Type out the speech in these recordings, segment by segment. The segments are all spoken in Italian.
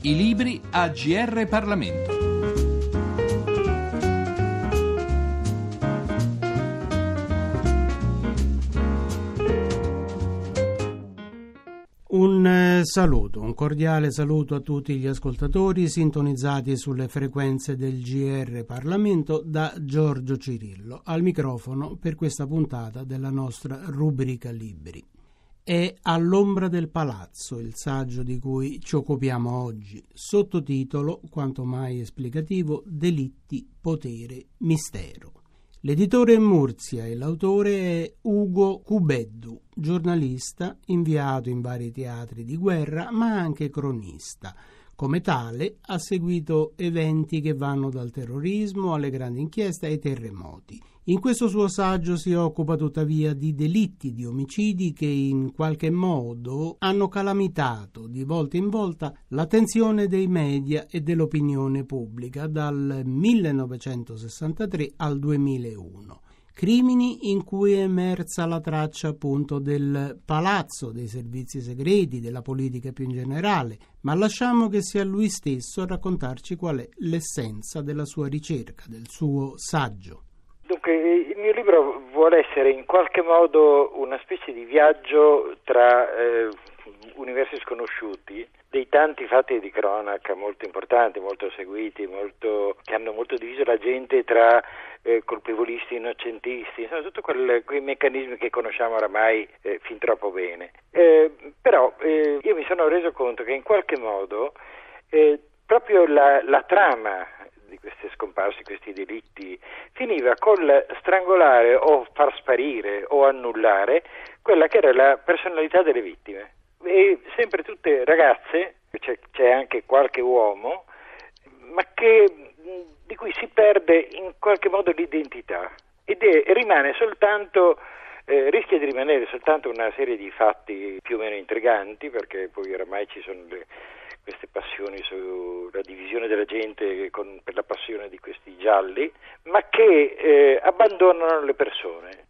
I libri a GR Parlamento. Un cordiale saluto a tutti gli ascoltatori sintonizzati sulle frequenze del GR Parlamento da Giorgio Cirillo, al microfono per questa puntata della nostra rubrica Libri. È All'ombra del palazzo il saggio di cui ci occupiamo oggi, sottotitolo, quanto mai esplicativo, Delitti, potere, mistero. L'editore è Murcia e l'autore è Ugo Cubeddu, giornalista inviato in vari teatri di guerra ma anche cronista. Come tale ha seguito eventi che vanno dal terrorismo alle grandi inchieste ai terremoti. In questo suo saggio si occupa tuttavia di delitti, di omicidi che in qualche modo hanno calamitato di volta in volta l'attenzione dei media e dell'opinione pubblica dal 1963 al 2001. Crimini in cui è emersa la traccia appunto del palazzo, dei servizi segreti, della politica più in generale, ma lasciamo che sia lui stesso a raccontarci qual è l'essenza della sua ricerca, del suo saggio. Dunque, il mio libro vuole essere in qualche modo una specie di viaggio tra universi sconosciuti, dei tanti fatti di cronaca molto importanti, molto seguiti, che hanno molto diviso la gente tra colpevolisti e innocentisti, sono tutti quei meccanismi che conosciamo oramai fin troppo bene. Però io mi sono reso conto che in qualche modo proprio la trama di queste scomparse, questi delitti, finiva col strangolare o far sparire o annullare quella che era la personalità delle vittime. E sempre tutte ragazze, c'è anche qualche uomo, ma di cui si perde in qualche modo l'identità rimane soltanto rischia di rimanere soltanto una serie di fatti più o meno intriganti, perché poi oramai ci sono queste passioni sulla divisione della gente per la passione di questi gialli, ma che abbandonano le persone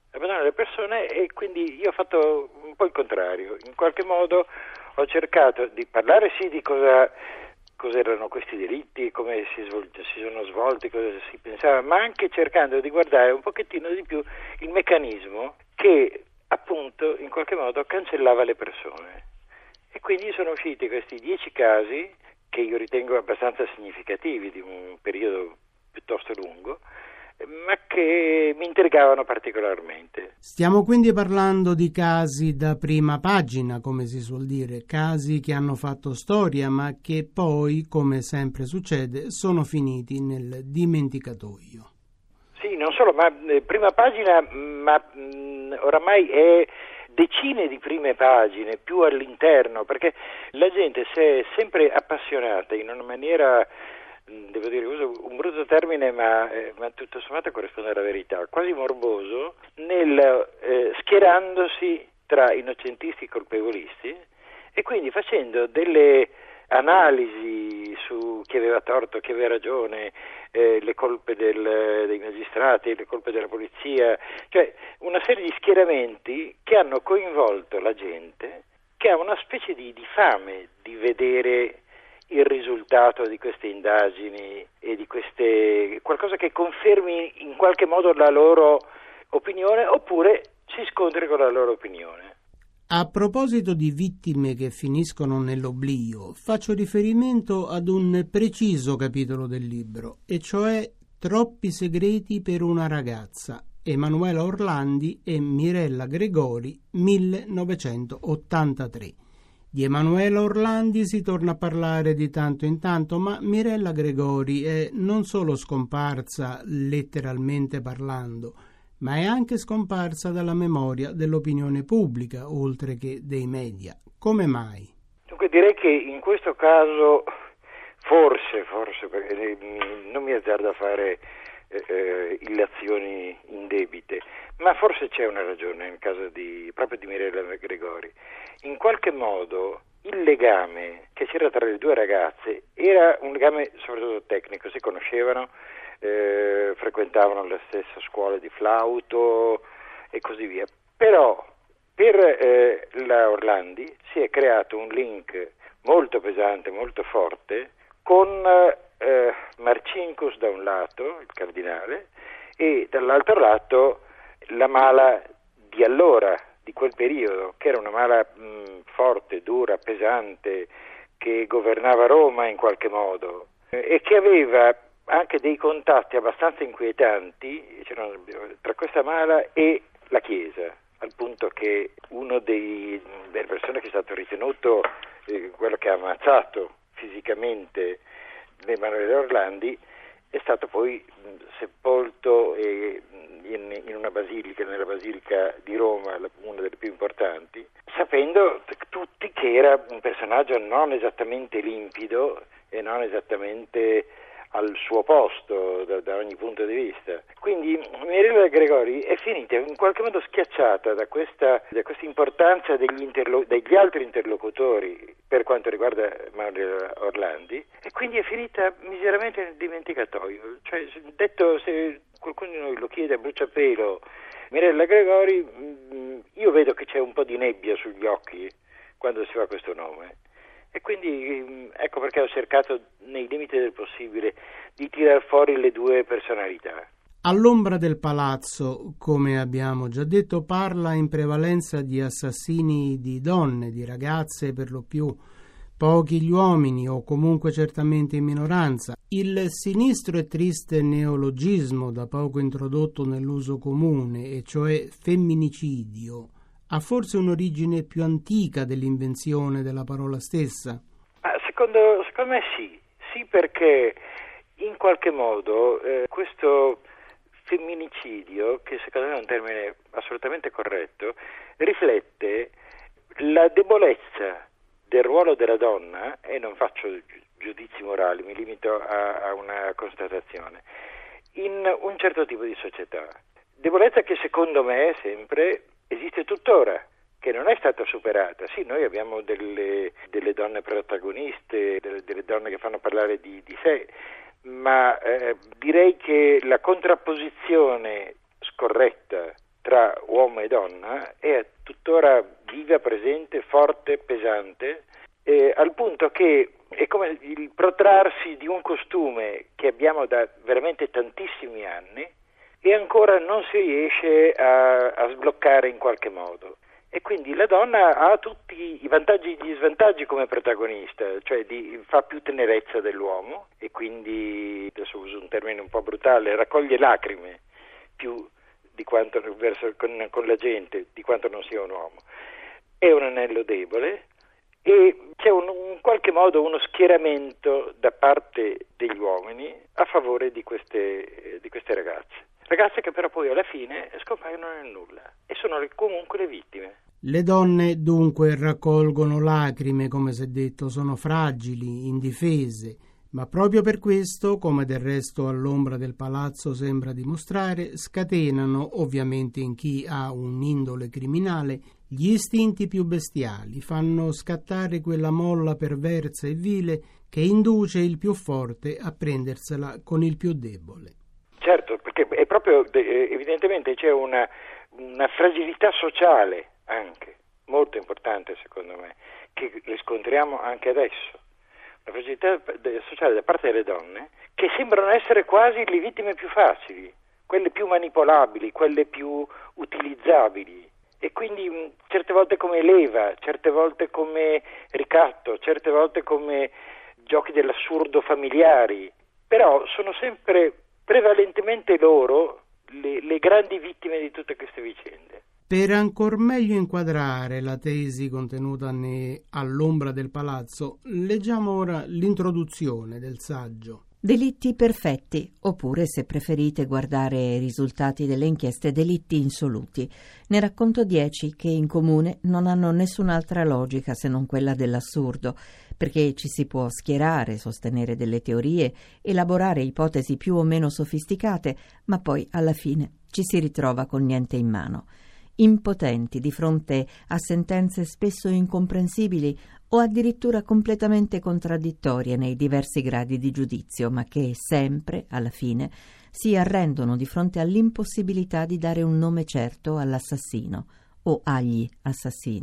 e quindi io ho fatto un po' il contrario. In qualche modo ho cercato di parlare sì di cos'erano questi delitti, come si sono svolti, cosa si pensava, ma anche cercando di guardare un pochettino di più il meccanismo che appunto in qualche modo cancellava le persone. E quindi sono usciti questi 10 casi che io ritengo abbastanza significativi di un periodo piuttosto lungo, ma che mi intrigavano particolarmente. Stiamo quindi parlando di casi da prima pagina, come si suol dire, casi che hanno fatto storia, ma che poi, come sempre succede, sono finiti nel dimenticatoio. Sì, non solo, ma prima pagina, ma oramai è decine di prime pagine, più all'interno, perché la gente si è sempre appassionata in una maniera, devo dire, uso un brutto termine, ma tutto sommato corrisponde alla verità, quasi morboso, schierandosi tra innocentisti e colpevolisti, e quindi facendo delle analisi su chi aveva torto, chi aveva ragione, le colpe dei magistrati, le colpe della polizia, cioè una serie di schieramenti che hanno coinvolto la gente, che ha una specie di fame di vedere il risultato di queste indagini e di qualcosa che confermi in qualche modo la loro opinione oppure si scontri con la loro opinione. A proposito di vittime che finiscono nell'oblio, faccio riferimento ad un preciso capitolo del libro, e cioè Troppi segreti per una ragazza, Emanuela Orlandi e Mirella Gregori, 1983. Di Emanuela Orlandi si torna a parlare di tanto in tanto, ma Mirella Gregori è non solo scomparsa letteralmente parlando, ma è anche scomparsa dalla memoria dell'opinione pubblica, oltre che dei media. Come mai? Dunque direi che in questo caso, forse, perché non mi azzardo a fare illazioni indebite, ma forse c'è una ragione nel caso proprio di Mirella Gregori. In qualche modo il legame che c'era tra le due ragazze era un legame soprattutto tecnico, si conoscevano, frequentavano la stessa scuola di flauto e così via. Però per la Orlandi si è creato un link molto pesante pesante, molto forte, con Marcinkus da un lato, il cardinale, e dall'altro lato la mala di allora, di quel periodo, che era una mala forte, dura, pesante, che governava Roma in qualche modo e che aveva anche dei contatti abbastanza inquietanti tra questa mala e la Chiesa, al punto che uno delle persone che è stato ritenuto quello che ha ammazzato fisicamente Emanuele Orlandi è stato poi sepolto in una basilica, nella Basilica di Roma, una delle più importanti, sapendo tutti che era un personaggio non esattamente limpido e non esattamente al suo posto da ogni punto di vista. Quindi Mirella Gregori è finita in qualche modo schiacciata da questa importanza degli altri interlocutori per quanto riguarda Emanuele Orlandi, e quindi è finita miseramente nel dimenticatoio. Cioè, detto, se qualcuno di noi lo chiede a bruciapelo Mirella Gregori, io vedo che c'è un po' di nebbia sugli occhi quando si fa questo nome. E quindi ecco perché ho cercato, nei limiti del possibile, di tirar fuori le due personalità. All'ombra del palazzo, come abbiamo già detto, parla in prevalenza di assassini di donne, di ragazze per lo più, pochi gli uomini o comunque certamente in minoranza. Il sinistro e triste neologismo da poco introdotto nell'uso comune, e cioè femminicidio, ha forse un'origine più antica dell'invenzione della parola stessa? Secondo me sì, perché in qualche modo questo femminicidio, che secondo me è un termine assolutamente corretto, riflette la debolezza del ruolo della donna, e non faccio giudizi morali, mi limito a una constatazione, in un certo tipo di società. Debolezza che secondo me sempre esiste tuttora, che non è stata superata. Sì, noi abbiamo delle donne protagoniste, delle donne che fanno parlare di sé, ma direi che la contrapposizione scorretta tra uomo e donna è tuttora viva, presente, forte, pesante, al punto che è come il protrarsi di un costume che abbiamo da veramente tantissimi anni e ancora non si riesce a sbloccare in qualche modo. E quindi la donna ha tutti i vantaggi e gli svantaggi come protagonista, cioè fa più tenerezza dell'uomo e quindi, adesso uso un termine un po' brutale, raccoglie lacrime più di quanto con la gente, di quanto non sia un uomo. È un anello debole e c'è in qualche modo uno schieramento da parte degli uomini a favore di queste ragazze che però poi alla fine scompaiono nel nulla e sono comunque le vittime. Le donne dunque raccolgono lacrime, come si è detto, sono fragili, indifese, ma proprio per questo, come del resto all'ombra del palazzo sembra dimostrare, scatenano, ovviamente in chi ha un'indole criminale, gli istinti più bestiali, fanno scattare quella molla perversa e vile che induce il più forte a prendersela con il più debole. Certo, perché è proprio evidentemente c'è una fragilità sociale anche molto importante, secondo me, che riscontriamo anche adesso. Una fragilità sociale da parte delle donne che sembrano essere quasi le vittime più facili, quelle più manipolabili, quelle più utilizzabili, e quindi certe volte come leva, certe volte come ricatto, certe volte come giochi dell'assurdo familiari, però sono sempre prevalentemente loro le grandi vittime di tutte queste vicende. Per ancor meglio inquadrare la tesi contenuta all'ombra del palazzo, leggiamo ora l'introduzione del saggio. Delitti perfetti, oppure, se preferite guardare i risultati delle inchieste, delitti insoluti. Ne racconto 10 che in comune non hanno nessun'altra logica se non quella dell'assurdo, perché ci si può schierare, sostenere delle teorie, elaborare ipotesi più o meno sofisticate, ma poi alla fine ci si ritrova con niente in mano. Impotenti di fronte a sentenze spesso incomprensibili o addirittura completamente contraddittorie nei diversi gradi di giudizio, ma che sempre, alla fine, si arrendono di fronte all'impossibilità di dare un nome certo all'assassino o agli assassini.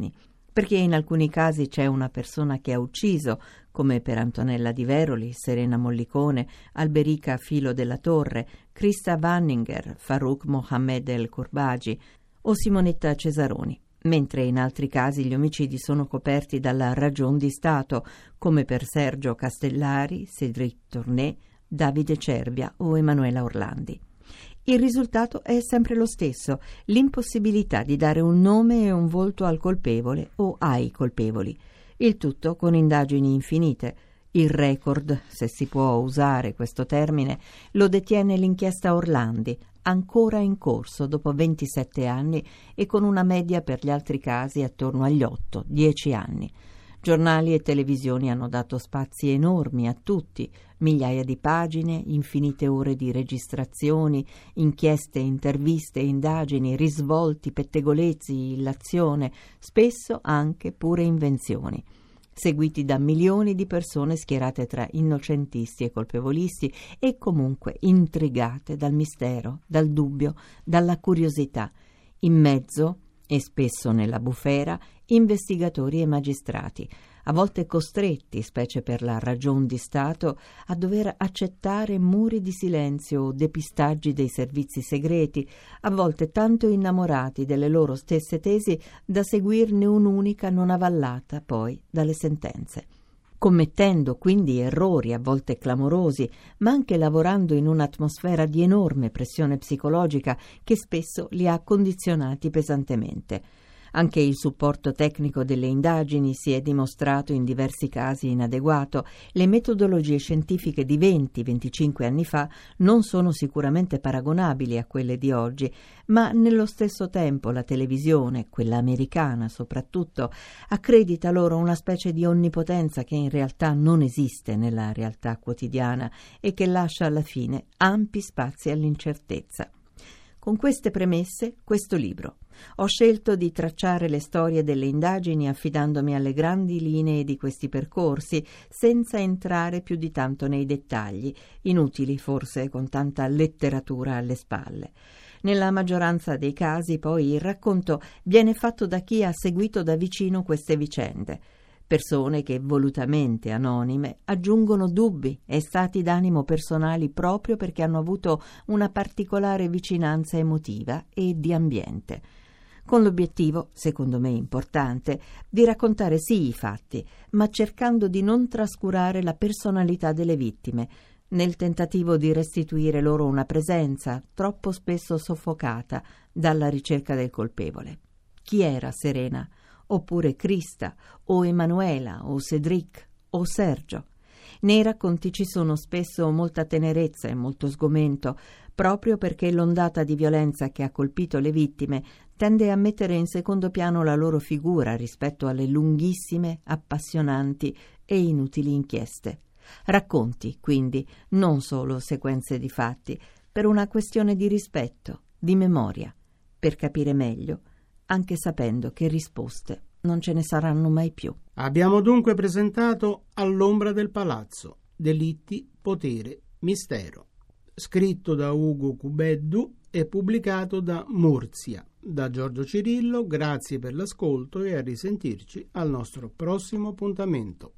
perché in alcuni casi c'è una persona che ha ucciso, come per Antonella Di Veroli, Serena Mollicone, Alberica Filo della Torre, Christa Wanninger, Farouk Mohammed El Korbagi o Simonetta Cesaroni, mentre in altri casi gli omicidi sono coperti dalla ragion di Stato, come per Sergio Castellari, Cédric Tournay, Davide Cervia o Emanuela Orlandi. Il risultato è sempre lo stesso, l'impossibilità di dare un nome e un volto al colpevole o ai colpevoli. Il tutto con indagini infinite. Il record, se si può usare questo termine, lo detiene l'inchiesta Orlandi, ancora in corso dopo 27 anni e con una media per gli altri casi attorno agli 8-10 anni. Giornali e televisioni hanno dato spazi enormi a tutti, migliaia di pagine, infinite ore di registrazioni, inchieste, interviste, indagini, risvolti, pettegolezzi, illazione, spesso anche pure invenzioni, seguiti da milioni di persone schierate tra innocentisti e colpevolisti e comunque intrigate dal mistero, dal dubbio, dalla curiosità. In mezzo, e spesso nella bufera, investigatori e magistrati, a volte costretti, specie per la ragion di Stato, a dover accettare muri di silenzio o depistaggi dei servizi segreti, a volte tanto innamorati delle loro stesse tesi da seguirne un'unica non avallata poi dalle sentenze. Commettendo quindi errori a volte clamorosi, ma anche lavorando in un'atmosfera di enorme pressione psicologica che spesso li ha condizionati pesantemente. Anche il supporto tecnico delle indagini si è dimostrato in diversi casi inadeguato. Le metodologie scientifiche di 20-25 anni fa non sono sicuramente paragonabili a quelle di oggi, ma nello stesso tempo la televisione, quella americana soprattutto, accredita loro una specie di onnipotenza che in realtà non esiste nella realtà quotidiana e che lascia alla fine ampi spazi all'incertezza. Con queste premesse, questo libro. Ho scelto di tracciare le storie delle indagini affidandomi alle grandi linee di questi percorsi, senza entrare più di tanto nei dettagli, inutili forse con tanta letteratura alle spalle. Nella maggioranza dei casi, poi, il racconto viene fatto da chi ha seguito da vicino queste vicende. Persone che, volutamente anonime, aggiungono dubbi e stati d'animo personali proprio perché hanno avuto una particolare vicinanza emotiva e di ambiente, con l'obiettivo, secondo me importante, di raccontare sì i fatti, ma cercando di non trascurare la personalità delle vittime, nel tentativo di restituire loro una presenza troppo spesso soffocata dalla ricerca del colpevole. Chi era Serena? Oppure Christa, o Emanuela, o Cédric, o Sergio. Nei racconti ci sono spesso molta tenerezza e molto sgomento, proprio perché l'ondata di violenza che ha colpito le vittime tende a mettere in secondo piano la loro figura rispetto alle lunghissime, appassionanti e inutili inchieste. Racconti, quindi, non solo sequenze di fatti, per una questione di rispetto, di memoria, per capire meglio, anche sapendo che risposte non ce ne saranno mai più. Abbiamo dunque presentato All'ombra del palazzo, delitti, potere, mistero, scritto da Ugo Cubeddu e pubblicato da Murcia. Da Giorgio Cirillo, grazie per l'ascolto e a risentirci al nostro prossimo appuntamento.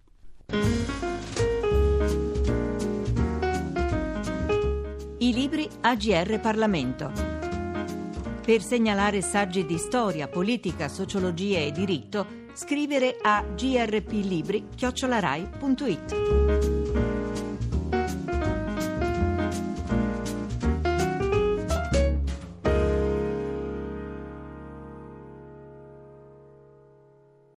I libri AGR Parlamento. Per segnalare saggi di storia, politica, sociologia e diritto, scrivere a grplibri@rai.it.